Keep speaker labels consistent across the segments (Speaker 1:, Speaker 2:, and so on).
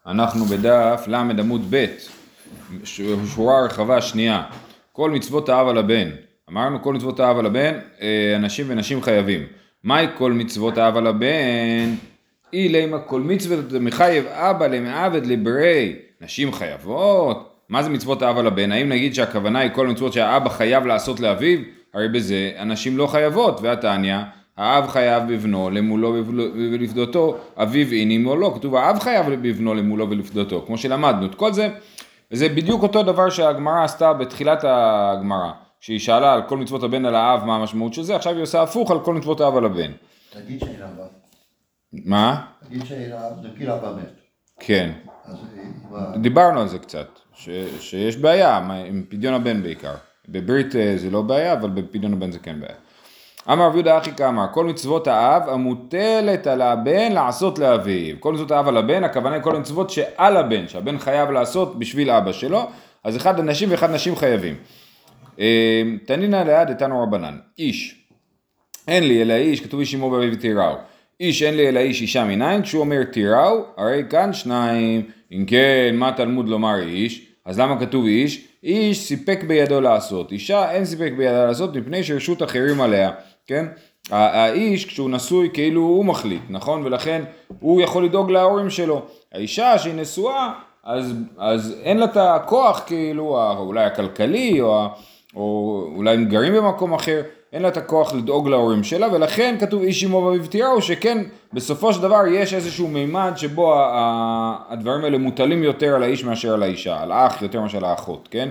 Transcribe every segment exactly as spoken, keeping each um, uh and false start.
Speaker 1: אנחנו בדף למד עמוד ב', שורה רחבה שנייה. כל מצוות האב על הבן. אמרנו כל מצוות האב על הבן, אנשים ונשים חייבים. מהי כל מצוות האב על הבן? אי לימה כל מצוות מחייב אבא למעבד לברי. נשים חייבות? מה זה מצוות האב על הבן? האם נגיד שהכוונה היא כל מצוות שהאבא חייב לעשות לאביו? הרי בזה אנשים לא חייבות, והתניא, האב חייב בבנו למולו ולפדותו, אביו אין עמו לא. כתוב האב חייב בבנו למולו ולפדותו, כמו שלמדנו. את כל זה, זה בדיוק אותו דבר שהגמרא עשתה בתחילת הגמרא, כשהיא שאלה על כל מצוות הבן על האב מה המשמעות של זה, עכשיו היא עושה הפוך על כל מצוות האב על הבן.
Speaker 2: תגיד שאין אבא.
Speaker 1: מה?
Speaker 2: תגיד שאין אבא, זה כאילו אבא מת.
Speaker 1: כן.
Speaker 2: אז
Speaker 1: דיברנו על זה קצת, ש, שיש בעיה עם פדיון הבן בעיקר. בברית זה לא בעיה, אבל בפדיון הבן זה כן בעיה. אמר רבי יהודה אחי כאמר, כל מצוות האב המוטלת על הבן לעשות לאביו. כל מצוות האב על הבן, הכוונה היא כל מצוות שעל הבן, שהבן חייב לעשות בשביל אבא שלו, אז אחד אנשים ואחד נשים חייבים. תנינא ליד דתנו רבנן, איש, אין לי אלא איש, כתוב איש אמו ואביו תיראו. איש אין לי אלא איש אישה מנין, כשהוא אומר תיראו, הרי כאן שניים. אם כן, מה תלמוד לומר איש? אז למה כתוב איש? איש סיפק בידו לעשות, אישה אין סיפק בידו לעשות מפני שרשות אחרים עליה, כן? האיש כשהוא נשוי כאילו הוא מחליט, נכון? ולכן הוא יכול לדאוג להורים שלו. האישה שהיא נשואה, אז, אז אין לה את הכוח כאילו, אולי הכלכלי, או, או אולי הם גרים במקום אחר, אין לה את הכוח לדאוג להורים שלה, ולכן כתוב איש אמו ואביו תיראו, שכן בסופו של דבר יש איזשהו מימד שבו הדברים האלה מוטלים יותר על האיש מאשר על האישה, על האח יותר מאשר על האחות, כן?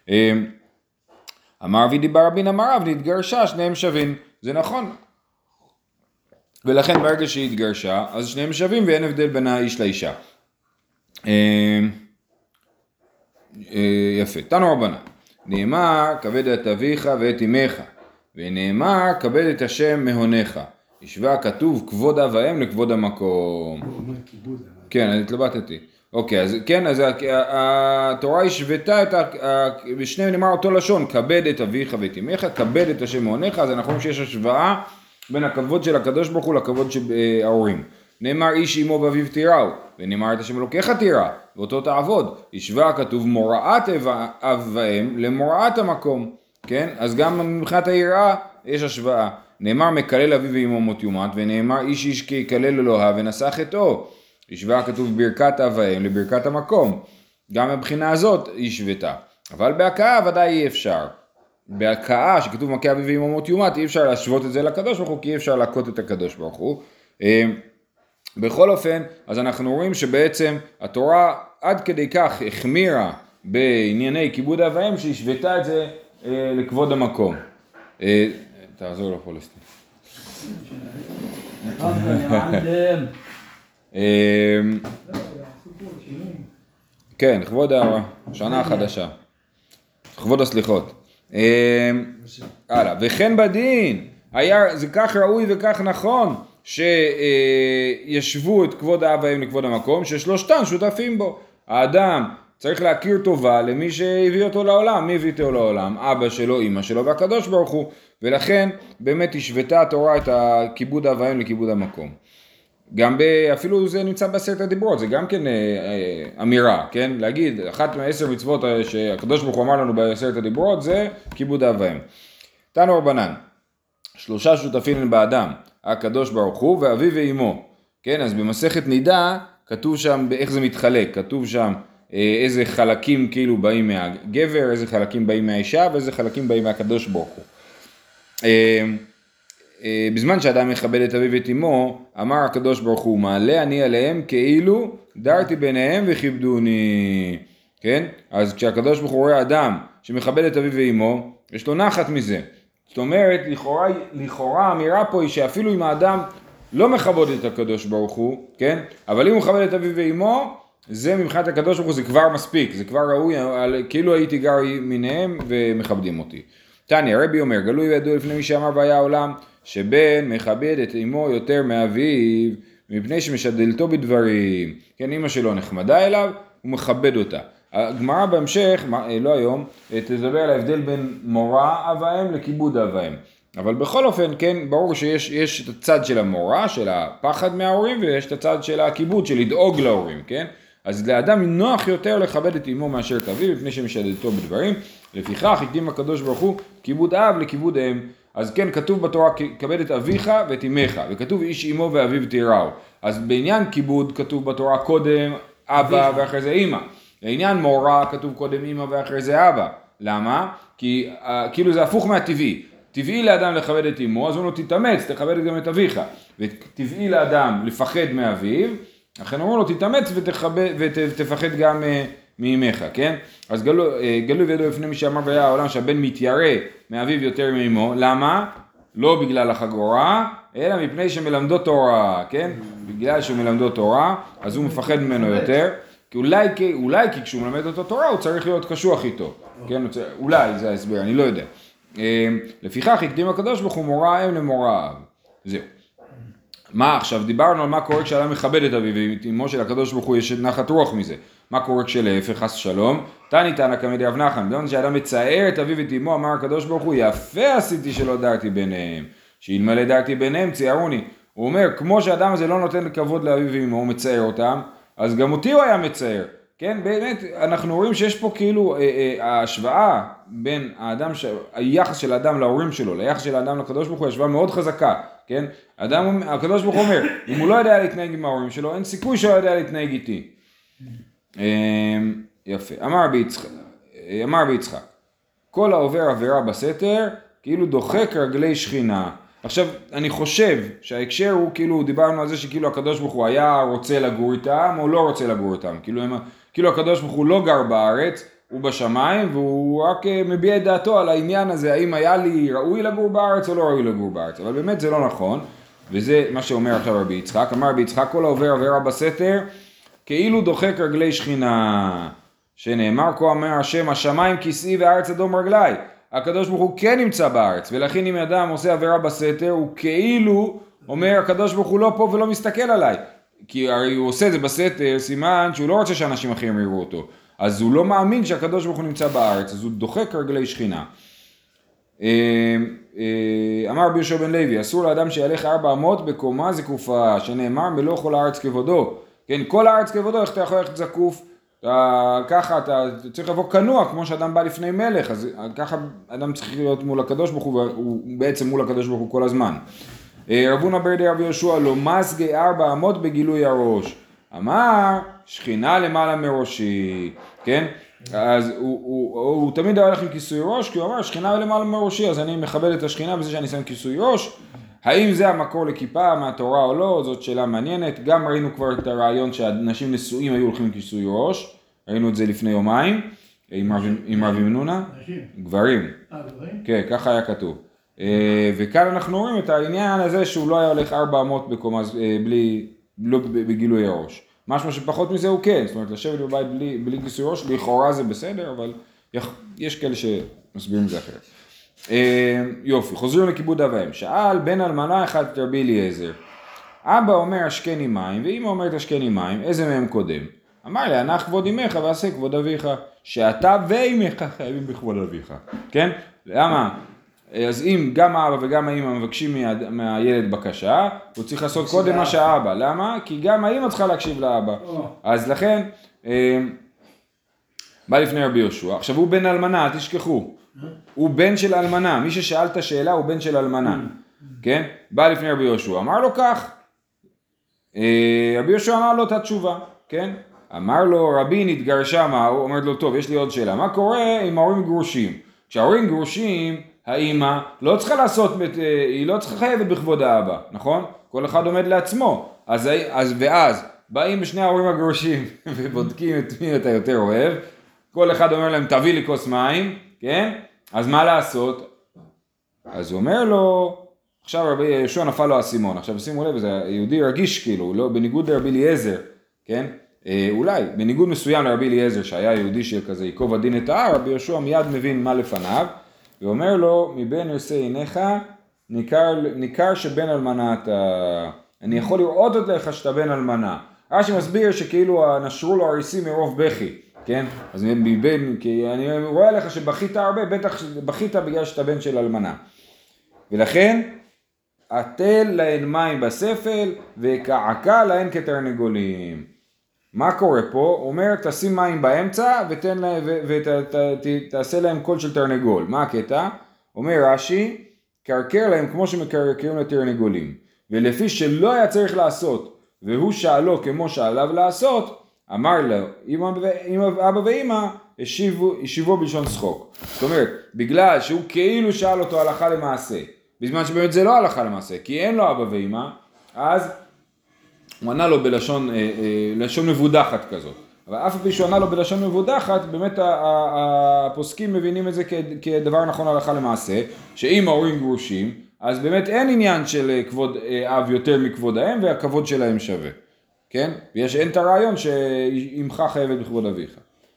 Speaker 1: אמר רבי דיבר רבין אמר רב, נתגרשה, שניהם שווים, זה נכון. ולכן ברגע שהיא התגרשה, אז שניהם שווים ואין הבדל בין האיש לאישה. יפה, תנו רבנן, נאמר כבד את אביך ואת אמך, ונאמר כבד את השם מהונך. השווה כתוב כבוד אב ואם לכבוד המקום. כן, אני התלבטתי. אוקיי, אז כן, אז התורה השוותה את בשניהם נאמר אותו לשון, כבד את אביך ואת אמך, כבד את השם מהונך. אז אנחנו רואים שיש השוואה בין הכבוד של הקדוש ברוך הוא לכבוד של ההורים. נאמר איש אמו ואביו תיראו, ונאמר את השם אלוקיך תירא, ואותו תעבוד. השווה כתוב מוראת אב ואם למוראת המקום. כן? אז גם מבחינת היראה יש השוואה. נאמר מקלל אביו ואמו מות יומת, ונאמר איש איש כי יקלל אלוהיו ונשא חטאו. השוואה כתוב ברכת אב ואם לברכת המקום. גם מבחינה הזאת היא השוותה. אבל בהכאה ודאי אי אפשר. בהכאה שכתוב מכה אביו ואמו מות יומת, אי אפשר להשוות את זה לקדוש ברוך הוא, כי אי אפשר להכות את הקדוש ברוך הוא. בכל אופן, אז אנחנו רואים שבעצם התורה עד כדי כך החמירה בענייני כיבוד אב ואם, שהשוותה את זה לכבוד המקום. תעזור לפולסטין. כן, כבוד השנה החדשה. כבוד הסליחות. הלאה, וכן בדין, זה כך ראוי וכך נכון, שישבו את כבוד האב ואם לכבוד המקום, ששלושתן שותפים בו. האדם צריך להכיר טובה למי שהביא אותו לעולם. מי הביא אותו לעולם? אבא שלו, אמא שלו והקדוש ברוך הוא. ולכן באמת השוותה התורה את הכיבוד אב ואם לכיבוד המקום. גם ב, אפילו זה נמצא בעשרת הדיברות, זה גם כן אה, אה, אמירה, כן? להגיד, אחת מעשר מצוות שהקדוש ברוך הוא אמר לנו בעשרת הדיברות, זה כיבוד אב ואם. תנו רבנן, שלושה שותפים באדם, הקדוש ברוך הוא ואביו ואמו. כן, אז במסכת נידה כתוב שם איך זה מתחלק, כתוב שם איזה חלקים כאילו באים מהגבר, איזה חלקים באים מהאישה, ואיזה חלקים באים מהקדוש ברוך הוא. בזמן שאדם מכבד את אביו ואת אמו, אמר הקדוש ברוך הוא, מעלה אני עליהם כאילו דרתי ביניהם וכיבדוני. כן? אז כשהקדוש ברוך הוא רואה אדם שמכבד את אביו ואמו, יש לו נחת מזה. זאת אומרת, לכאורה, לכאורה האמירה פה היא שאפילו אם האדם לא מכבד את הקדוש ברוך הוא, כן? אבל אם הוא מכבד את אביו ואמו, זה מבחינת הקדוש ברוך הוא זה כבר מספיק, זה כבר ראוי, כאילו הייתי גר מיניהם ומכבדים אותי. תניא, רבי אומר, גלוי וידוע לפני מי שאמר והיה העולם, שבן מכבד את אמו יותר מאביו, מפני שמשדלתו בדברים. כן, אמא שלו נחמדה אליו, הוא מכבד אותה. הגמרא בהמשך, לא היום, תדבר על ההבדל בין מורא אב ואם לכיבוד אב ואם. אבל בכל אופן, כן, ברור שיש יש את הצד של המורא, של הפחד מההורים, ויש את הצד של הכיבוד, של לדאוג להורים, כן? אז לאדם נוח יותר לכבד את אמו מאשר את אביו, לפני שמשדדתו בדברים, לפיכך הקדים הקדוש ברוך הוא כיבוד אב לכיבוד אם. אז כן, כתוב בתורה, כבד את אביך ואת אמך, וכתוב איש אמו ואביו תיראו. אז בעניין כיבוד כתוב בתורה קודם אבא ואחרי זה אמא. לעניין מורה כתוב קודם אמא ואחרי זה אבא. למה? כי uh, כאילו זה הפוך מהטבעי. טבעי לאדם לכבד את אמו, אז הוא לא תתאמץ, תכבד גם את אביך. וטבעי לאדם לפחד מאביו, לכן אמרו לו תתאמץ ותכבד, ותפחד גם uh, מאמך, כן? אז גלו, uh, גלו וידעו לפני מי שאמר והיה העולם שהבן מתיירא מאביו יותר מאמו. למה? לא בגלל החגורה, אלא מפני שמלמדו תורה, כן? בגלל שהוא מלמדו תורה, אז הוא מפחד ממנו יותר. כי אולי, אולי כי כשהוא מלמד אותו תורה הוא צריך להיות קשוח איתו, כן? אולי זה ההסבר, אני לא יודע. לפיכך הקדים הקדוש ברוך הוא מורה אם למורה אב. זהו. מה עכשיו? דיברנו על מה קורה כשאדם מכבד את אביו ואת אמו של הקדוש ברוך הוא יש נחת רוח מזה. מה קורה כשלהפך חס שלום? תני תנא קמא דרב נחמן, בזמן שאדם מצער את אביו ואת אמו אמר הקדוש ברוך הוא יפה עשיתי שלא דרתי ביניהם, שאלמלא דרתי ביניהם ציערוני. הוא אומר כמו שאדם הזה לא נותן כבוד לאביו ואמו, הוא מצער אותם, אז גם אותי הוא היה מצער. כן, באמת, אנחנו רואים שיש פה כאילו אה, אה, ההשוואה בין האדם, ש... היחס של האדם להורים שלו, ליחס של האדם לקדוש ברוך הוא, השוואה מאוד חזקה, כן? האדם, הקדוש ברוך הוא אומר, אם הוא לא יודע להתנהג עם ההורים שלו, אין סיכוי שהוא יודע להתנהג איתי. אה, יפה, אמר רבי יצחק, אמר רבי יצחק, כל העובר עבירה בסתר, כאילו דוחק רגלי שכינה. עכשיו, אני חושב שההקשר הוא כאילו, דיברנו על זה שכאילו הקדוש ברוך הוא היה רוצה לגור איתם, או לא רוצה לגור איתם. כאילו, הם, כאילו הקדוש ברוך הוא לא גר בארץ, הוא בשמיים, והוא רק מביע את דעתו על העניין הזה, האם היה לי ראוי לגור בארץ או לא ראוי לגור בארץ. אבל באמת זה לא נכון, וזה מה שאומר עכשיו רבי יצחק. אמר רבי יצחק, כל העובר עבירה בסתר, כאילו דוחק רגלי שכינה, שנאמר כה אומר השם, השמיים כיסאי והארץ אדום רגלי. הקדוש ברוך הוא כן נמצא בארץ, ולכן אם אדם עושה עבירה בסתר, הוא כאילו אומר, הקדוש ברוך הוא לא פה ולא מסתכל עליי. כי הרי הוא עושה את זה בסתר, סימן שהוא לא רוצה שאנשים אחרים יראו אותו. אז הוא לא מאמין שהקדוש ברוך הוא נמצא בארץ, אז הוא דוחק רגלי שכינה. אמר רבי יהושע בן לוי, אסור לאדם שילך ארבע אמות בקומה זקופה, שנאמר מלוא כל הארץ כבודו. כן, כל הארץ כבודו, איך אתה יכול ללכת זקוף? אתה, ככה אתה צריך לבוא כנוע כמו שאדם בא לפני מלך, אז ככה אדם צריך להיות מול הקדוש ברוך הוא, והוא בעצם מול הקדוש ברוך הוא כל הזמן. רבונה בר דרבי יהושע לא מסגי ארבע אמות בגילוי הראש, אמר שכינה למעלה מראשי, כן? אז הוא, הוא, הוא, הוא תמיד הולך עם כיסוי ראש, כי הוא אמר שכינה למעלה מראשי, אז אני מכבד את השכינה בזה שאני שם כיסוי ראש. האם זה המקור לכיפה מהתורה או לא? זאת שאלה מעניינת. גם ראינו כבר את הרעיון שאנשים נשואים היו הולכים עם כיסוי ראש. ראינו את זה לפני יומיים עם רבי מנונה. גברים. כן, ככה היה כתוב. וכאן אנחנו רואים את העניין הזה שהוא לא היה הולך ארבע אמות בקומה בלי, לא בגילוי הראש. משהו שפחות מזה הוא כן. זאת אומרת, לשבת בבית בלי, בלי כיסוי ראש, לכאורה זה בסדר, אבל יש כאלה שמסבירים את זה אחרת. יופי, חוזרים לכיבוד אב ואם. שאל בן אלמנה אחד את רבי אליעזר. אבא אומר השקני מים, ואמא אומרת השקני מים, איזה מהם קודם? אמר לי, הנח כבוד אמך ועשה כבוד אביך, שאתה ואמך חייבים בכבוד אביך. כן? למה? אז אם גם האבא וגם האמא מבקשים מהילד בקשה, הוא צריך לעשות קודם מה שהאבא. למה? כי גם האמא צריכה להקשיב לאבא. אז לכן, בא לפני רבי יהושע. עכשיו הוא בן אלמנה, תשכחו. הוא בן של אלמנה, מי ששאל את השאלה הוא בן של אלמנה, כן? בא לפני רבי יהושע, אמר לו כך, רבי יהושע אמר לו את התשובה, כן? אמר לו רבי נתגרשה מה, הוא אומר לו טוב יש לי עוד שאלה, מה קורה אם ההורים גרושים? כשההורים גרושים, האמא לא צריכה לעשות, היא לא צריכה חייבת בכבוד האבא, נכון? כל אחד עומד לעצמו, אז, אז ואז באים בשני ההורים הגרושים ובודקים את מי אתה יותר אוהב, כל אחד אומר להם תביא לי כוס מים, כן? אז מה לעשות? אז הוא אומר לו, עכשיו רבי יהושע נפל לו הסימון, עכשיו שימו לב, זה יהודי רגיש כאילו, לא, בניגוד לרבי אליעזר, כן? אה, אולי, בניגוד מסוים לרבי אליעזר, שהיה יהודי שכזה ייקוב הדין את ההר, רבי יהושע מיד מבין מה לפניו, ואומר לו, מבין יוסי עיניך, ניכר, ניכר שבן אלמנה אתה, אני יכול לראות אותך שאתה בן אלמנה. רש"י מסביר שכאילו נשרו לו הריסים מרוב בכי, כן? אז מבין, כי אני רואה לך שבכית הרבה, בטח בכית בגלל שאתה בן של אלמנה. ולכן, אתל להן מים בספל, וקעקע להן כתרנגולים. מה קורה פה? הוא אומר תשים מים באמצע ותן להם, ותעשה להם קול של תרנגול. מה הקטע? אומר רש"י, קרקר להם כמו שמקרקרים לתרנגולים. ולפי שלא היה צריך לעשות, והוא שאלו כמו שעליו לעשות, אמר לו, אם אבא ואמא השיבו, השיבו בלשון שחוק. זאת אומרת, בגלל שהוא כאילו שאל אותו הלכה למעשה, בזמן שבאמת זה לא הלכה למעשה, כי אין לו אבא ואמא, אז הוא ענה לו בלשון אה, אה, לשון מבודחת כזאת. אבל אף פעם שהוא ענה לו בלשון מבודחת, באמת הפוסקים מבינים את זה כדבר נכון הלכה למעשה, שאם ההורים גרושים, אז באמת אין עניין של כבוד אב יותר מכבוד האם, והכבוד שלהם שווה. כן? ויש אין את הרעיון שאמך חייבת בכבוד אביך.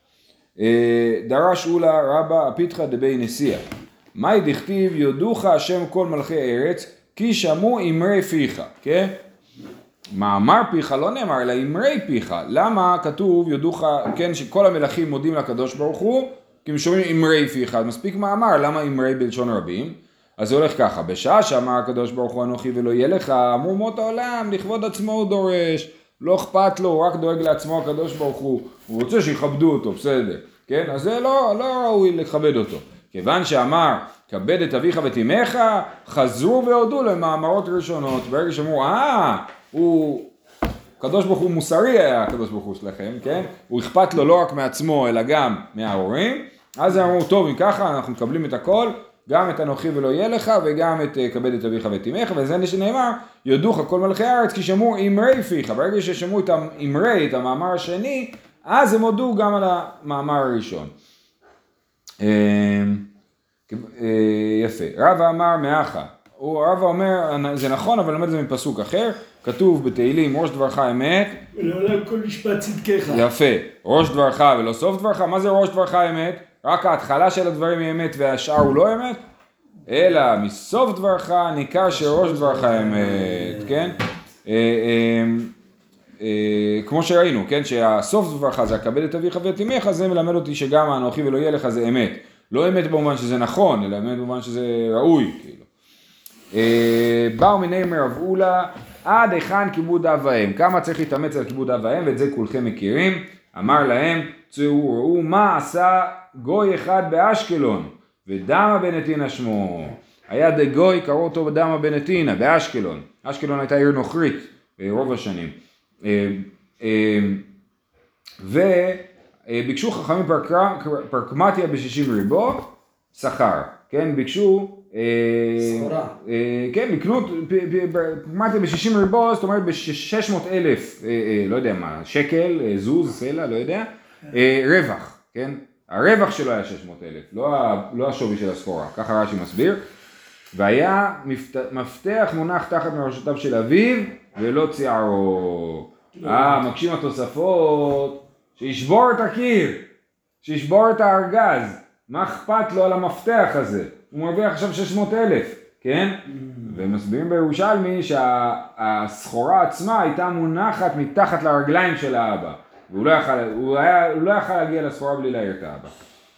Speaker 1: דרש אולה רבא הפיתחא דבי נשיאה. מאי דכתיב יודוך השם כל מלכי ארץ, כי שמעו אמרי פיך. כן? מאמר פיך לא נאמר, אלא אמרי פיך. למה כתוב יודוך, כן, שכל המלכים מודים לקדוש ברוך הוא, כי הם שומעים אמרי פיך. מספיק מאמר, למה אמרי בלשון רבים? אז זה הולך ככה, בשעה שאמר הקדוש ברוך הוא אנוכי ולא יהיה לך, אמרו מות העולם, לכבוד עצמו הוא דורש, לא אכפת לו, הוא רק דואג לעצמו הקדוש ברוך הוא, הוא רוצה שיכבדו אותו, בסדר, כן? אז זה לא, לא ראוי לכבד אותו. כיוון שאמר, כבד את אביך ואת אמך, חזרו והודו למאמרות ראשונות, ברגע שאמרו, אה, הוא, הקדוש ברוך הוא מוסרי היה הקדוש ברוך הוא שלכם, כן? הוא אכפת לו לא רק מעצמו, אלא גם מההורים, אז אמרו, טוב, אם ככה, אנחנו מקבלים את הכל, גם את אנוכי ולא יהיה לך, וגם את כבד את אביך ואת אמך, וזה שנאמר, יודוך כל מלכי הארץ, כי שמעו אמרי פיך, ברגע ששמעו את האמרי, את המאמר השני, אז הם הודו גם על המאמר הראשון. יפה, רבא אמר מאחה, רבא אומר, זה נכון, אבל לומד את זה מפסוק אחר, כתוב בתהילים, ראש דברך אמת,
Speaker 3: ולעולם כל משפט צדקך.
Speaker 1: יפה, ראש דברך ולא סוף דברך, מה זה ראש דברך אמת? רק ההתחלה של הדברים היא אמת והשאר הוא לא אמת, אלא מסוף דברך ניכר שראש דברך אמת, כן? כמו שראינו, כן? שהסוף דברך זה הכבד את אביך ואת אמך, זה מלמד אותי שגם האנוכי ולא יהיה לך זה אמת. לא אמת במובן שזה נכון, אלא אמת במובן שזה ראוי, כאילו. באו מיני מרב אולה, עד היכן כיבוד אב ואם. כמה צריך להתאמץ על כיבוד אב ואם, ואת זה כולכם מכירים. אמר להם, צאו ראו מה עשה גוי אחד באשקלון, ודמה בנתינה שמו. היה דגוי, קראו אותו בדמה בנתינה, באשקלון. אשקלון הייתה עיר נוכרית ברוב השנים. וביקשו חכמים פרקמטיה בשישים ריבו, שכר. כן, ביקשו...
Speaker 3: סחורה.
Speaker 1: כן, לקנות פרקמטיה בשישים ריבו, זאת אומרת ב-שש מאות אלף, לא יודע מה, שקל, זוז, סלע, לא יודע, רווח, כן? הרווח שלו היה שש מאות אלף, לא השווי של הסחורה, ככה רש"י מסביר. והיה מפתח מונח תחת מרשתיו של אביו ולא ציערו. אה, מקשים התוספות, שישבור את הקיר, שישבור את הארגז. מה אכפת לו על המפתח הזה? הוא מרוויח עכשיו שש מאות אלף, כן? ומסבירים בירושלמי שהסחורה עצמה הייתה מונחת מתחת לרגליים של האבא. והוא לא יכל, הוא היה, הוא לא יכל להגיע לסחורה בלי להעיר את האבא.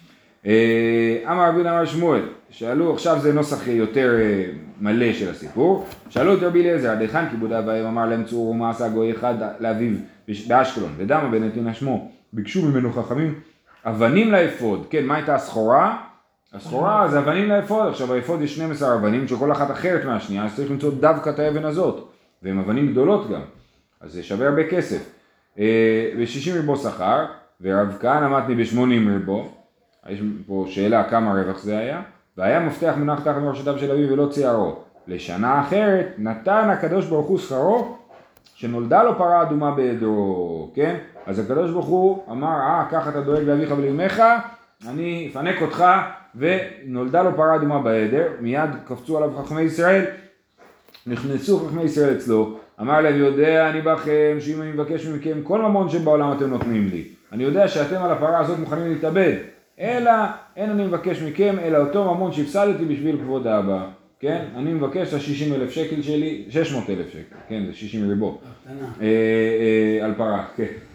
Speaker 1: אמר רבי אמר שמואל, שאלו, עכשיו זה נוסח יותר מלא של הסיפור, שאלו את רבי אליעזר, עד היכן כיבוד אב ואם, אמר להם צאו ומה עשה גוי אחד לאביו באשקלון, ודמה בנתינה שמו, ביקשו ממנו חכמים אבנים לאפוד. כן, מה הייתה הסחורה? הסחורה זה אבנים לאפוד. עכשיו האפוד יש שנים עשר אבנים שכל אחת אחרת מהשנייה, אז צריך למצוא דווקא את האבן הזאת, והן אבנים גדולות גם, אז זה שווה הרבה כסף. ב-שישים ריבו שכר, ורב כהנא מתני ב-שמונים ריבו. יש פה שאלה כמה רווח זה היה, והיה מפתח מונח תחת מרשתיו של אביו ולא ציערו. לשנה אחרת נתן הקדוש ברוך הוא שכרו, שנולדה לו פרה אדומה בעדרו, כן? אז הקדוש ברוך הוא אמר, אה, ככה אתה דואג לאביך ולאמך, אני אפנק אותך, ונולדה לו פרה אדומה בעדר. מיד קפצו עליו חכמי ישראל, נכנסו חכמי ישראל אצלו, אמר להם, יודע אני בכם, שאם אני מבקש מכם כל ממון שבעולם אתם נותנים לי, אני יודע שאתם על הפרה הזאת מוכנים להתאבד, אלא אין אני מבקש מכם, אלא אותו ממון שהפסדתי בשביל כבוד האבא, כן? אני מבקש את ה-שישים אלף שקל שלי, שש מאות אלף שקל, כן? זה שישים ריבו. על פרה, כן.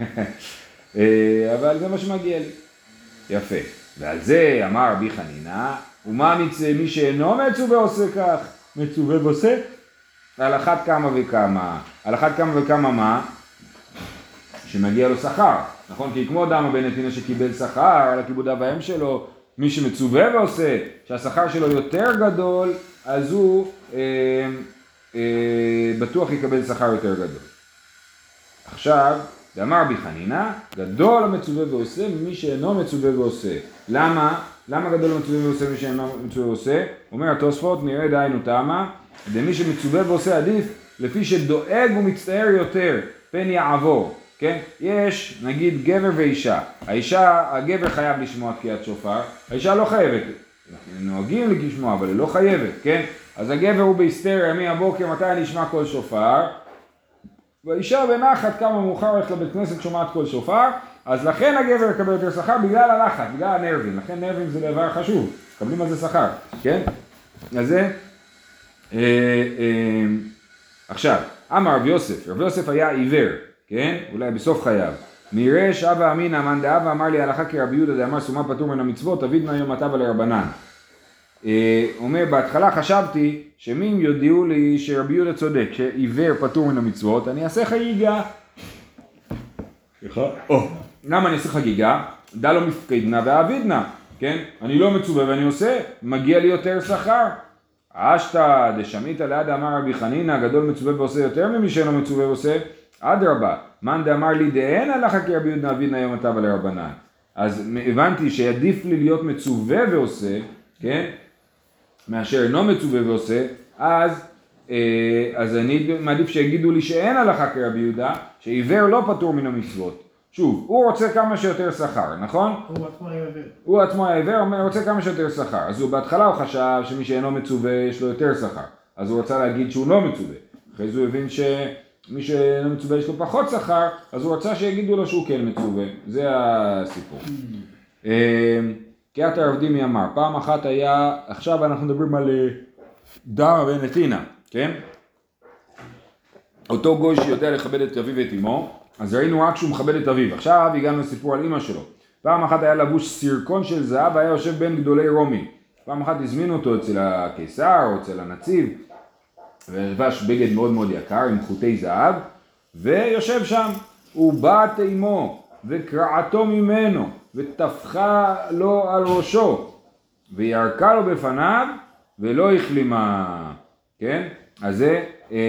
Speaker 1: אבל זה מה שמגיע לי. יפה. ועל זה אמר רבי חנינא, ומה מצווה מי שאינו מצווה עושה כך? מצווה ועושה? על אחת כמה וכמה. על אחת כמה וכמה מה? שמגיע לו שכר, נכון? כי כמו אדם הבן נתינה שקיבל שכר על הכיבוד אב ואם שלו, מי שמצווה ועושה שהשכר שלו יותר גדול, אז הוא אה, אה, בטוח יקבל שכר יותר גדול. עכשיו, ואמר בי חנינא, גדול המצווה ועושה ממי שאינו מצווה ועושה. למה? למה גדול המצווה ועושה ממי שאינו מצווה ועושה? אומר התוספות, נראה דהיינו תמה, דמי שמצווה ועושה עדיף, לפי שדואג ומצטער יותר, פן יעבור. כן? יש, נגיד, גבר ואישה. האישה, הגבר חייב לשמוע תקיעת שופר, האישה לא חייבת. נוהגים לשמוע, אבל היא לא חייבת, כן? אז הגבר הוא בהיסטריה מהבוקר, מתי אני אשמע כל שופר? והאישה בנחת כמה מאוחר הולכת לבית כנסת שומעת כל שופר, אז לכן הגבר יקבל יותר שכר בגלל הלחץ, בגלל הנרבים. לכן נרבים זה דבר חשוב, מקבלים על זה שכר, כן? אז זה... אה, אה, עכשיו, אמר רבי יוסף, רבי יוסף היה עיוור, כן? אולי בסוף חייו. נראה שאבא אמינא מאן דאבא אמר לי הלכה כרבי יהודה דאמר סומה פטור מן המצוות, תבידנא יום הטבה לרבנן. אומר, בהתחלה חשבתי שמי יודיעו לי שרבי יהודה צודק, שעיוור פטור מן המצוות, אני אעשה חגיגה. למה אני אעשה חגיגה? דא לו מפקדנא ואבידנא, כן? אני לא מצווה ואני עושה, מגיע לי יותר שכר. אשתא דשמיתא ליד אמר רבי חנינא, גדול מצווה ועושה יותר ממי שאינו מצווה ועושה, אדרבה, מאן דאמר לי דאין הלכה כרבי יהודה אבידנא יום הטבה לרבנן. אז הבנתי שעדיף לי להיות מצווה ועושה, כן? מאשר אינו מצווה ועושה, אז, אה, אז אני מעדיף שיגידו לי שאין הלכה כרבי יהודה, שעיוור לא פטור מן המצוות. שוב, הוא רוצה כמה שיותר שכר, נכון?
Speaker 3: הוא עצמו העיוור.
Speaker 1: הוא עצמו העיוור, הוא רוצה כמה שיותר שכר. אז הוא בהתחלה הוא חשב שמי שאינו מצווה יש לו יותר שכר. אז הוא רצה להגיד שהוא לא מצווה. אחרי זה הוא הבין שמי שאינו מצווה יש לו פחות שכר, אז הוא רצה שיגידו לו שהוא כן מצווה. זה הסיפור. קריאת הרב דימי אמר, פעם אחת היה, עכשיו אנחנו מדברים על דמא בן נתינא, כן? אותו גוי שיודע לכבד את אביו ואת אמו, אז ראינו רק שהוא מכבד את אביו. עכשיו הגענו לסיפור על אמא שלו. פעם אחת היה לבוש סירקון של זהב והיה יושב בין גדולי רומי. פעם אחת הזמינו אותו אצל הקיסר או אצל הנציב, ולבש בגד מאוד מאוד יקר עם חוטי זהב, ויושב שם. הוא באת אמו וקרעתו ממנו וטפחה לו על ראשו וירקה לו בפניו ולא החלימה, כן? אז זה אה,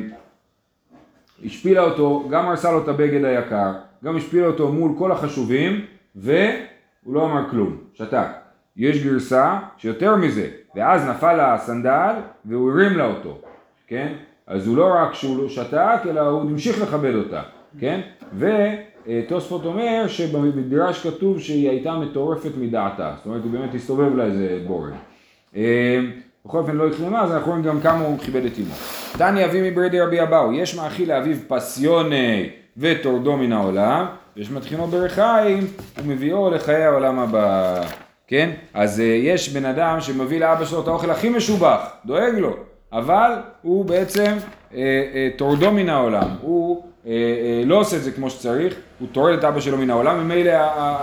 Speaker 1: השפילה אותו, גם הרסה לו את הבגד היקר, גם השפילה אותו מול כל החשובים והוא לא אמר כלום, שתק. יש גרסה שיותר מזה, ואז נפל לה הסנדל והוא הרים לה אותו, כן? אז הוא לא רק שהוא לא שתק, אלא הוא המשיך לכבד אותה, כן? ותוספות אומר שבמדרש כתוב שהיא הייתה מטורפת מדעתה, זאת אומרת הוא באמת הסתובב לה איזה בורג. בכל אופן לא החלימה, אז אנחנו רואים גם כמה הוא כיבד את אמו. תני אבי מברידי רבי אבאו, יש מאכיל לאביו פסיוני וטורדו מן העולם, יש מתחינו ברחיים ומביאו לחיי העולם הבא. כן? אז יש בן אדם שמביא לאבא שלו את האוכל הכי משובח, דואג לו, אבל הוא בעצם אה, אה, תורדו מן העולם, הוא אה, אה, לא עושה את זה כמו שצריך, הוא תורד את אבא שלו מן העולם, ומילא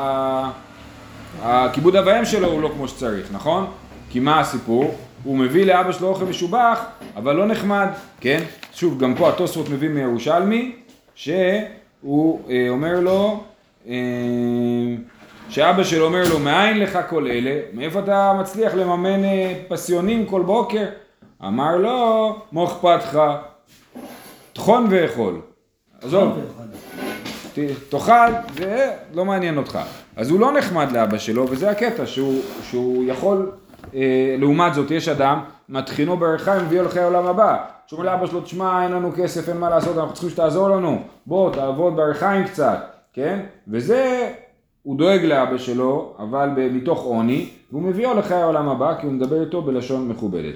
Speaker 1: הכיבוד אב ואם שלו הוא לא כמו שצריך, נכון? כי מה הסיפור? הוא מביא לאבא שלו אוכל משובח, אבל לא נחמד, כן? שוב, גם פה התוספות מביא מירושלמי, שהוא אה, אומר לו, אה, שאבא שלו אומר לו, מאין לך כל אלה? מאיפה אתה מצליח לממן פסיונים כל בוקר? אמר לו, מה אכפת לך? טחון ואכול. עזוב, תאכל, זה לא מעניין אותך. אז הוא לא נחמד לאבא שלו, וזה הקטע, שהוא, שהוא יכול, אה, לעומת זאת, יש אדם, מתחינו ברחיים, מביאו לחיי העולם הבא. שאומר לאבא שלו, תשמע, אין לנו כסף, אין מה לעשות, אנחנו צריכים שתעזור לנו. בוא, תעבוד ברחיים קצת, כן? וזה... הוא דואג לאבא שלו, אבל מתוך עוני, והוא מביאו לחיי העולם הבא, כי הוא מדבר איתו בלשון מכובדת.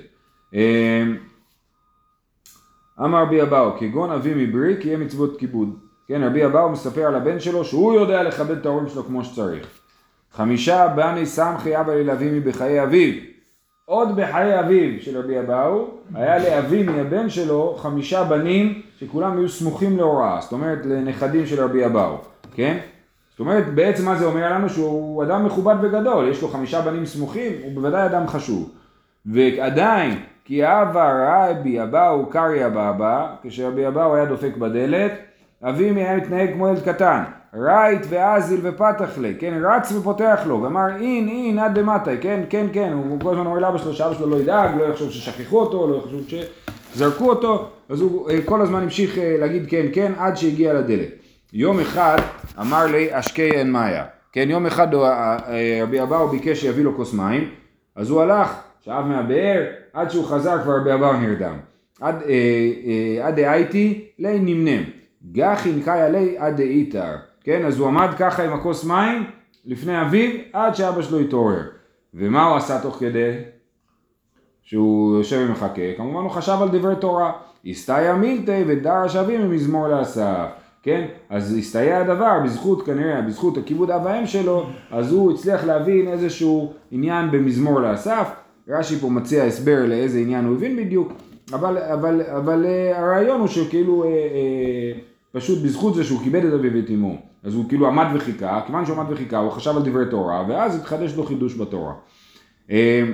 Speaker 1: אמר רבי אבאו, כגון אבי מברי, כי יהיה מצוות כיבוד. כן, רבי אבאו מספר על הבן שלו, שהוא יודע לכבד את ההורים שלו כמו שצריך. חמישה בני סמכי אבא ללאבימי בחיי אביו. עוד בחיי אביו של רבי אבאו, היה לאבימי הבן שלו חמישה בנים, שכולם היו סמוכים להוראה, זאת אומרת לנכדים של רבי אבאו, כן? זאת אומרת, בעצם מה זה אומר לנו? שהוא אדם מכובד וגדול, יש לו חמישה בנים סמוכים, הוא בוודאי אדם חשוב. ועדיין, כי אבא רבי אבאו קריא באבא, כשרבי אבאו היה דופק בדלת, אביו היה מתנהג כמו ילד קטן, רייט ואזיל ופתח לי, כן, רץ ופותח לו, ואמר אין, אין, עד למטה, כן, כן, כן, הוא כל הזמן אומר לאבא שלו, שאבא שלו לא ידאג, לא יחשוב ששכחו אותו, לא יחשוב שזרקו אותו, אז הוא כל הזמן המשיך להגיד כן, כן, עד שהגיע לדלת. יום אחד אמר לי, אשקי אין מאיה, כן, יום אחד רבי אבאו ביקש שיביא לו כוס מים, אז הוא הלך, שאב מהבאר, עד שהוא חזר כבר רבי אבאו נרדם. עד דהייתי לי נמנם, גחין קאי עלי עד דאיתר, כן, אז הוא עמד ככה עם הכוס מים לפני אביו, עד שאבא שלו התעורר. ומה הוא עשה תוך כדי? שהוא יושב ומחכה, כמובן הוא חשב על דברי תורה, הסתייע מילתי ודרש אביו ממזמור לאסף, כן, אז הסתייע הדבר בזכות כנראה, בזכות הכיבוד אב האם שלו, אז הוא הצליח להבין איזשהו עניין במזמור לאסף. רש"י פה מציע הסבר לאיזה עניין הוא הבין בדיוק, אבל, אבל, אבל הרעיון הוא שכאילו אה, אה, פשוט בזכות זה שהוא כיבד את אביו ואת אמו, אז הוא כאילו עמד וחיכה, כיוון שהוא עמד וחיכה הוא חשב על דברי תורה, ואז התחדש לו חידוש בתורה. אה,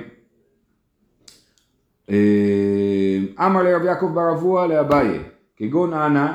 Speaker 1: אמר לרבי יעקב בר אבוה לאביי, כגון אנא,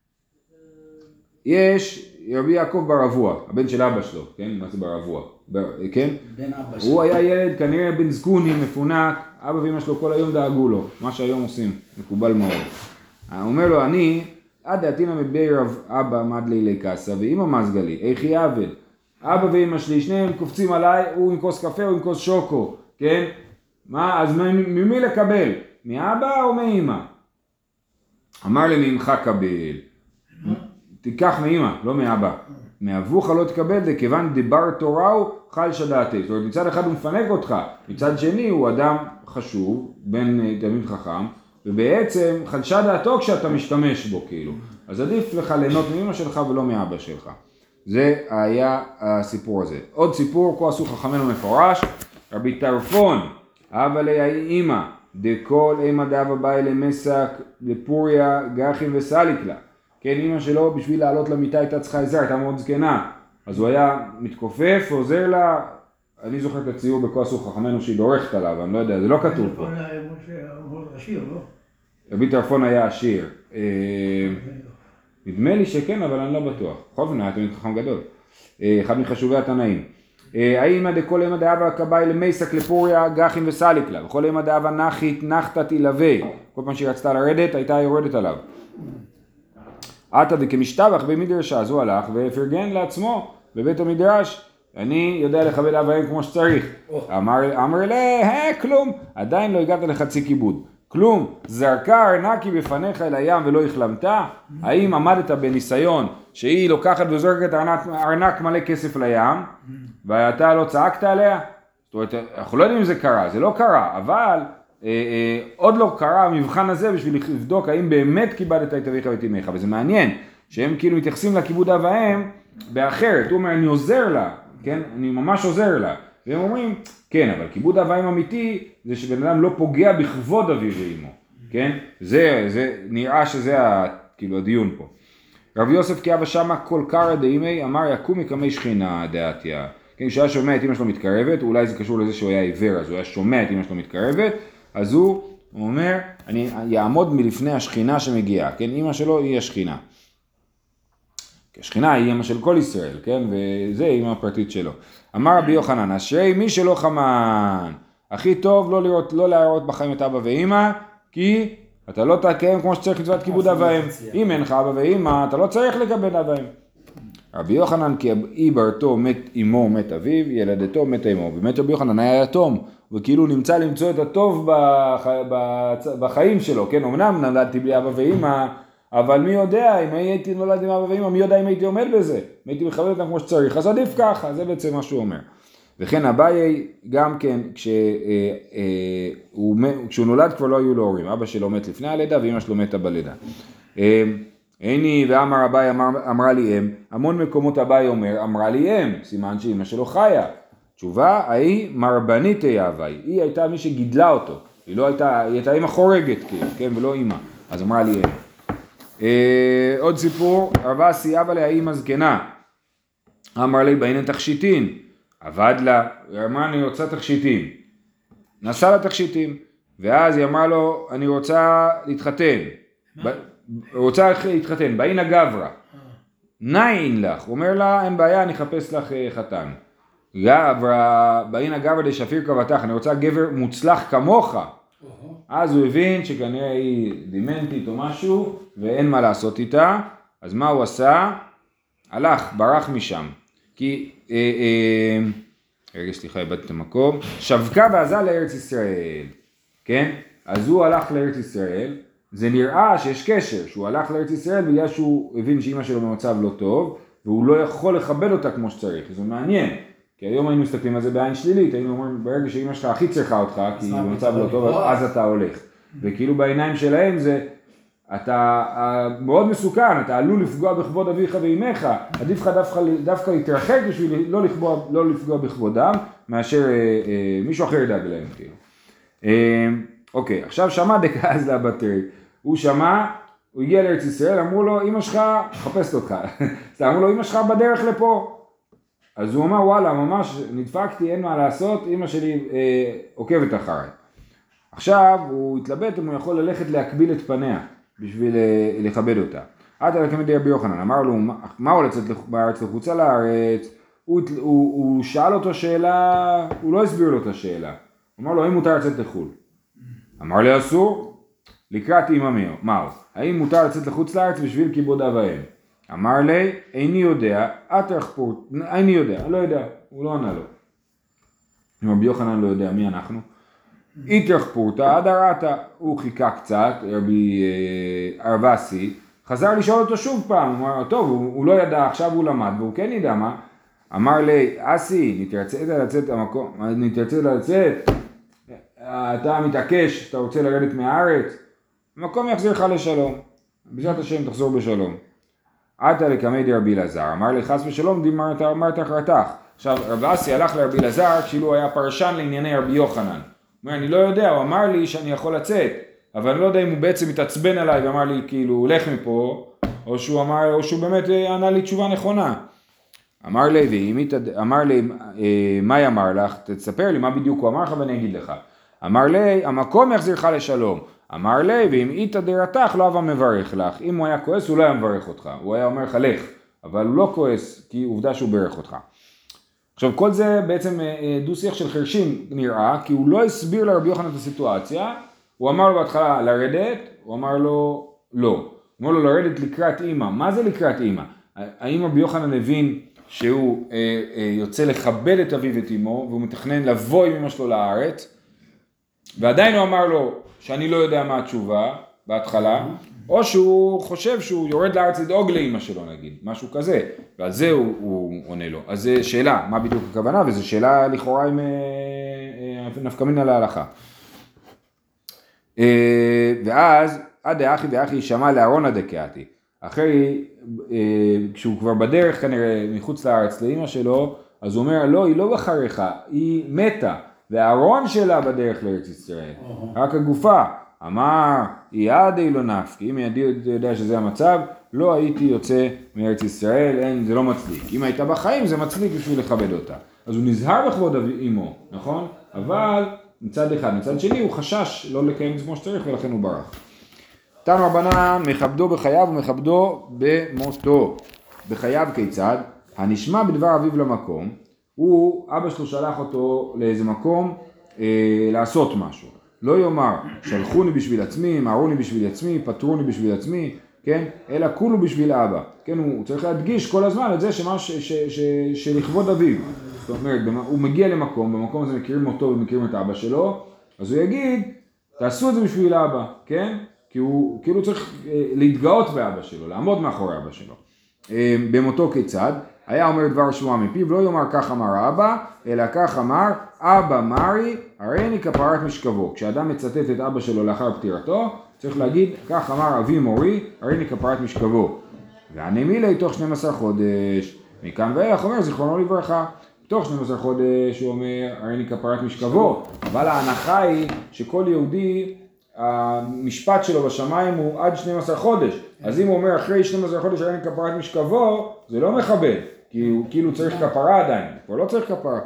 Speaker 1: יש רבי יעקב בר אבוה, הבן של אבא שלו, כן, מה זה בר אבוה, כן?
Speaker 3: בן אבא שלו.
Speaker 1: הוא היה ילד כנראה בן זקוני, מפונק, אבא ואמא שלו כל היום דאגו לו, מה שהיום עושים, מקובל מאוד. הוא אומר לו, אני, עד דעתינה מבי רב אבא מד לילי קסה, ואמא מזגה לי, איך היא עבד? אבא ואמא שלי, שניהם קופצים עליי, הוא עם כוס קפה, הוא עם כוס שוקו, כן? מה, אז ממי לקבל? מאבא או מאמא? אמר לי, ממך קבל. תיקח מאמא, לא מאבא. מאבוך לא תקבל, זה כיוון דבר תורה הוא חל שדעתי. זאת אומרת, מצד אחד הוא מפנק אותך, מצד שני הוא אדם חשוב, בן תלמיד חכם, ובעצם חלשה דעתו כשאתה משתמש בו, כאילו. אז עדיף לך ליהנות מאמא שלך ולא מאבא שלך. זה היה הסיפור הזה. עוד סיפור, כה עשו חכמנו מפורש, רבי טרפון, אבא לי אמא, דכל אמא דאבא באי למסק, לפוריה, גחים וסליקלה. כן, אמא שלו בשביל לעלות למיטה הייתה צריכה עזרה, הייתה מאוד זקנה. אז הוא היה מתכופף, עוזר לה, אני זוכר את הציור בכה עשו חכמנו שהיא דורכת עליו, אני לא יודע, זה לא כתוב פה. רבי טרפון היה עשיר. נדמה לי שכן, אבל אני לא בטוח. בכל אופן, היה תמיד חכם גדול. אחד מחשובי התנאים. האמא דכל אמא דאבא קבאי למסק לפוריה גחים וסליקלה, וכל אמא דאבא נחית נחתה תלווה, כל פעם שהיא רצתה לרדת הייתה יורדת עליו. עתה דכמשתבח במדרשה, אז הוא הלך ופרגן לעצמו בבית המדרש, אני יודע לכבד אב ואם כמו שצריך. אמר, אמר לה, כלום, עדיין לא הגעת לחצי כיבוד. כלום, זרקה ארנקי בפניך אל הים ולא החלמת? האם עמדת בניסיון שהיא לוקחת וזורקת ארנק, ארנק מלא כסף לים, ואתה לא צעקת עליה? זאת אומרת, אנחנו לא יודעים אם זה קרה, זה לא קרה, אבל אה, אה, עוד לא קרה המבחן הזה בשביל לבדוק האם באמת כיבדת את אביך ואת אמך, וזה מעניין, שהם כאילו מתייחסים לכיבוד אב ואם באחרת, הוא אומר אני עוזר לה, כן? אני ממש עוזר לה, והם אומרים, כן, אבל כיבוד אב ואם אמיתי, זה שבן אדם לא פוגע בכבוד אביו ואמו, כן? זה, זה, נראה שזה ה, כאילו הדיון פה. רב יוסף כאבא שמה כל קרא דאימי, אמר יקום מקמי שכינה דעתיה. כן, כשהיה שומע את אמא שלו מתקרבת, אולי זה קשור לזה שהוא היה עיוור, אז הוא היה שומע את אמא שלו מתקרבת, אז הוא, הוא אומר, אני יעמוד מלפני השכינה שמגיעה, כן? אמא שלו היא השכינה. השכינה היא אמא של כל ישראל, כן? וזה אמא הפרטית שלו. אמר רבי יוחנן, אשרי מי שלא חמן, הכי טוב לא לראות, לא להראות בחיים את אבא ואמא, כי אתה לא תקיים כמו שצריך מצוות כיבוד אב ואם. אם אין לך אבא ואמא, אתה לא צריך לקבל אב ואם. רבי יוחנן כי איברתו מת אמו מת אביו, ילדתו מת אמו. באמת רבי יוחנן היה יתום, וכאילו נמצא למצוא את הטוב בח... בח... בחיים שלו, כן? אמנם נולדתי בלי אבא ואמא, אבל מי יודע, אם הייתי נולד עם אבא ואמא, מי יודע אם הייתי עומד בזה? אם הייתי מכבד אותם כמו שצריך, אז עדיף ככה, זה בעצם מה שהוא אומר. וכן אביי גם כן, כשהוא, כשהוא נולד כבר לא היו לו הורים, אבא שלו מת לפני הלידה ואמא שלו מתה בלידה. הנה ואמר אביי אמר, אמרה לי אם, המון מקומות אביי אומר, אמרה לי אם, סימן שאמא שלו חיה. תשובה, ההיא מרבנית היא אביי, היא הייתה מי שגידלה אותו, היא לא הייתה, היא הייתה אמא חורגת, כן, ולא אמא, אז אמרה לי אם. אה, עוד סיפור, רבה סייבה לה האמא זקנה, אמר לי בהנה תכשיטין, עבד לה, היא אמרה אני רוצה תכשיטים, נסע לה תכשיטים, ואז היא אמרה לו אני רוצה להתחתן, ב... רוצה להתחתן, באינה גברא, נאין לך, אומר לה, אין בעיה, אני אחפש לך חתן. גברא, באינה גברא דשפיר כבתך, אני רוצה גבר מוצלח כמוך. אז הוא הבין שכנראה היא דימנטית או משהו, ואין מה לעשות איתה, אז מה הוא עשה? הלך, ברח משם. כי, אה, אה, רגע, סליחה, איבדתי את המקום, שבקה ועזה לארץ ישראל, כן? אז הוא הלך לארץ ישראל, זה נראה שיש קשר, שהוא הלך לארץ ישראל בגלל שהוא הבין שאמא שלו במצב לא טוב, והוא לא יכול לכבד אותה כמו שצריך, זה מעניין, כי היום היינו מסתכלים על זה בעין שלילית, היינו אומרים ברגע שאמא שלך הכי צריכה אותך, כי היא במצב לא טוב, אז אתה הולך, וכאילו בעיניים שלהם זה, אתה מאוד מסוכן, אתה עלול לפגוע בכבוד אביך ואימך, עדיף לך דווקא, דווקא להתרחק בשביל לא לפגוע, לא לפגוע בכבודם, מאשר אה, אה, מישהו אחר ידאג להם, כאילו. אה, אוקיי, עכשיו שמע דקאז לבטרי, הוא שמע, הוא הגיע לארץ ישראל, אמרו לו, אמא שלך חפשת אותך, אמרו לו, אמא שלך בדרך לפה, אז הוא אמר, וואלה, ממש נדפקתי, אין מה לעשות, אמא שלי אה, עוקבת אחריי. עכשיו הוא התלבט אם הוא יכול ללכת להקביל את פניה, בשביל אה, לכבד אותה. עד על כמדי רבי יוחנן, אמר לו, מה הוא לצאת בארץ לחוצה לארץ? הוא, הוא, הוא שאל אותו שאלה, הוא לא הסביר לו את השאלה. הוא אמר לו, האם מותר לצאת לחו"ל? אמר לי, אסור, לקראת אמא מהו, האם מותר לצאת לחוץ לארץ בשביל כיבוד אב ואם? אמר לי, איני יודע, את רחפות, איני יודע, אני לא יודע, הוא לא ענה לו. אם רבי יוחנן לא יודע, מי אנחנו? התרחפורתא עד הרעתא, הוא חיכה קצת, רבי ארבסי, חזר לשאול אותו שוב פעם, הוא אמר, טוב, הוא, הוא לא ידע, עכשיו הוא למד, והוא כן ידע מה, אמר לי, אסי, נתרצית לצאת המקום, נתרצית לצאת, אתה מתעקש, אתה רוצה לרדת מהארץ, המקום יחזיר לך לשלום, בעזרת השם תחזור בשלום. עתה לקמי דרבי אלעזר, אמר לי חס ושלום, דימרת אמרת אחרתך. עכשיו רב אסי הלך לרבי אלעזר כשהוא היה פרשן לענייני רבי יוחנן. הוא אומר, אני לא יודע, הוא אמר לי שאני יכול לצאת, אבל אני לא יודע אם הוא בעצם התעצבן עליי ואמר לי כאילו, הולך מפה, או שהוא אמר, או שהוא באמת ענה לי תשובה נכונה. אמר לי, ואם אמר לי, מה אמר לך? תספר לי מה בדיוק הוא אמר לך ואני אגיד לך. אמר לי, המקום יחזיר לך לשלום. אמר לי, ואם איתה דרתך לא אבא מברך לך. אם הוא היה כועס, הוא לא היה מברך אותך. הוא היה אומר לך, לך. אבל הוא לא כועס, כי עובדה שהוא ברך אותך. עכשיו, כל זה בעצם דו שיח של חרשים נראה, כי הוא לא הסביר לרבי יוחנן את הסיטואציה. הוא אמר לו בהתחלה לרדת, הוא אמר לו לא. הוא אמר לו לרדת לקראת אמא. מה זה לקראת אמא? האם רבי יוחנן הבין שהוא אה, אה, יוצא לכבד את אביו ואת אמו, והוא מתכנן לבוא עם אמא שלו לארץ, ועדיין הוא אמר לו שאני לא יודע מה התשובה בהתחלה, או שהוא חושב שהוא יורד לארץ לדאוג לאמא שלו נגיד, משהו כזה, ועל זה הוא, הוא עונה לו. אז זו שאלה, מה בדיוק הכוונה, וזו שאלה לכאורה עם נפקא מינה להלכה. ואז עד האחי ואחי שמע לארונה דקאתי, אחרי, כשהוא כבר בדרך כנראה מחוץ לארץ לאמא שלו, אז הוא אומר, לא, היא לא בחריך, היא מתה, והארון שלה בדרך לארץ ישראל, רק הגופה. אמר, יעדי לא נפקי, אם ידי יודע שזה המצב, לא הייתי יוצא מארץ ישראל, אין, זה לא מצליק. אם הייתה בחיים, זה מצליק בשביל לכבד אותה. אז הוא נזהר בכבוד אמו, נכון? אבל מצד אחד, מצד שני, הוא חשש לא לקיים את זה כמו שצריך, ולכן הוא ברח. תנו רבנן, מכבדו בחייו ומכבדו במותו. בחייו כיצד? הנשמע בדבר אביו למקום, הוא, אבא שלו שלח אותו לאיזה מקום אה, לעשות משהו. לא יאמר, שלחוני בשביל עצמי, מערוני בשביל עצמי, פטרוני בשביל עצמי, כן? אלא כולו בשביל אבא. כן, הוא צריך להדגיש כל הזמן את זה שמה ש, ש, ש, שלכבוד אביו. זאת אומרת, הוא מגיע למקום, במקום הזה מכירים אותו ומכירים את אבא שלו, אז הוא יגיד, תעשו את זה בשביל אבא, כן? כי הוא כאילו צריך להתגאות באבא שלו, לעמוד מאחורי אבא שלו. במותו כיצד, היה אומר דבר שמוע מפיו, לא יאמר כך אמר אבא, אלא כך אמר, אבא מרי, הריני כפרת משכבו. כשאדם מצטט את אבא שלו לאחר פטירתו, צריך להגיד, כך אמר אבי מורי, הריני כפרת משכבו. והנמי לי תוך שנים עשר חודש, מכאן ואילך אומר, זיכרונו לברכה, תוך שנים עשר חודש הוא אומר, הריני כפרת משכבו. אבל ההנחה היא שכל יהודי, המשפט שלו בשמיים הוא עד שנים עשר חודש. אז אם הוא אומר אחרי שנים עשר חודש הריני כפרת משכבו, זה לא מכבד. כי הוא כאילו צריך כפרה עדיין, הוא לא צריך כפרה.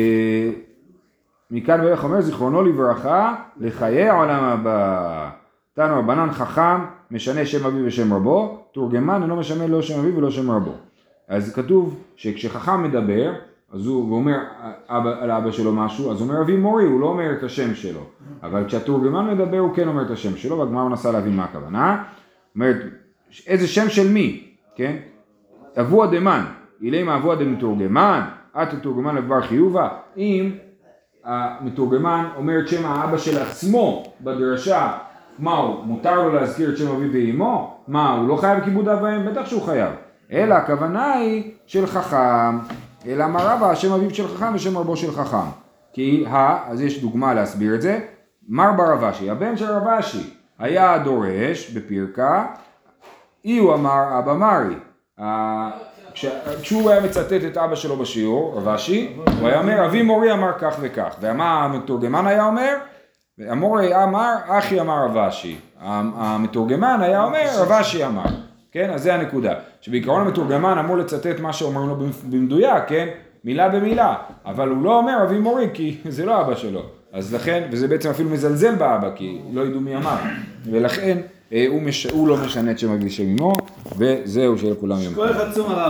Speaker 1: מכאן ואילך אומר, זיכרונו לברכה, לחיי העולם הבא. תנו רבנן חכם משנה שם אביו ושם רבו, תורגמן אינו משנה לא שם אביו ולא שם רבו. אז כתוב שכשחכם מדבר, אז הוא אומר אבא, על אבא שלו משהו, אז הוא אומר אבי מורי, הוא לא אומר את השם שלו. אבל כשהתורגמן מדבר הוא כן אומר את השם שלו, והגמרא מנסה להבין מה הכוונה. אומרת, איזה שם של מי, כן? אבוה דמן, אילמה אבוה דמתורגמן, את התורגמן לדבר חיובה. אם המתורגמן אומר את שם האבא של עצמו בדרשה, מה הוא? מותר לו להזכיר את שם אביו ואימו? מה, הוא לא חייב כיבוד אב ואם? בטח שהוא חייב. אלא הכוונה היא של חכם, אלא אמר רבא, שם אביו של חכם ושם רבו של חכם. כי ה, אז יש דוגמה להסביר את זה, מר בר רבשי, הבן של רבשי, היה דורש בפרקה, אי הוא אמר אבא מרי, כש, כשהוא היה מצטט את אבא שלו בשיעור, רבשי, הוא היה אומר, אבי מורי אמר כך וכך, ומה המתורגמן היה אומר? המורי אמר, אחי אמר רבשי, המתורגמן היה אומר, רבשי אמר. כן, אז זה הנקודה. שבעיקרון המתורגמן אמור לצטט מה שאומרים לו במדויק, כן? מילה במילה. אבל הוא לא אומר אבי מורי, כי זה לא אבא שלו. אז לכן, וזה בעצם אפילו מזלזל באבא, כי לא ידעו מי אמר. ולכן, הוא, מש... הוא לא משנה את שם אבי של אמו, וזהו שלכולם יום.
Speaker 3: כל אחד צום הרב.